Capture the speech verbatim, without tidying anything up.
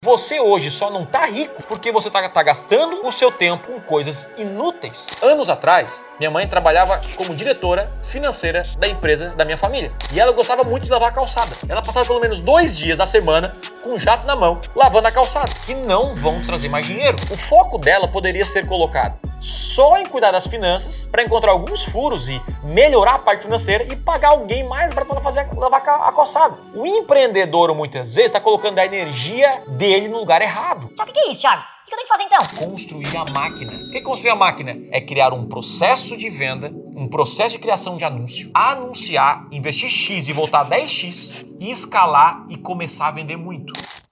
Você hoje só não tá rico porque você tá, tá gastando o seu tempo com coisas inúteis. Anos atrás, minha mãe trabalhava como diretora financeira da empresa da minha família. E ela gostava muito de lavar a calçada. Ela passava pelo menos dois dias da semana com um jato na mão, lavando a calçada. E não vão trazer mais dinheiro. O foco dela poderia ser colocado só em cuidar das finanças, para encontrar alguns furos e melhorar a parte financeira e pagar alguém mais para fazer lavar a calçada. O empreendedor, muitas vezes, está colocando a energia dele no lugar errado. Só que que é isso, Thiago? O que eu tenho que fazer então? Construir a máquina. O que é construir a máquina? É criar um processo de venda, um processo de criação de anúncio, anunciar, investir X e voltar dez X, e escalar e começar a vender muito.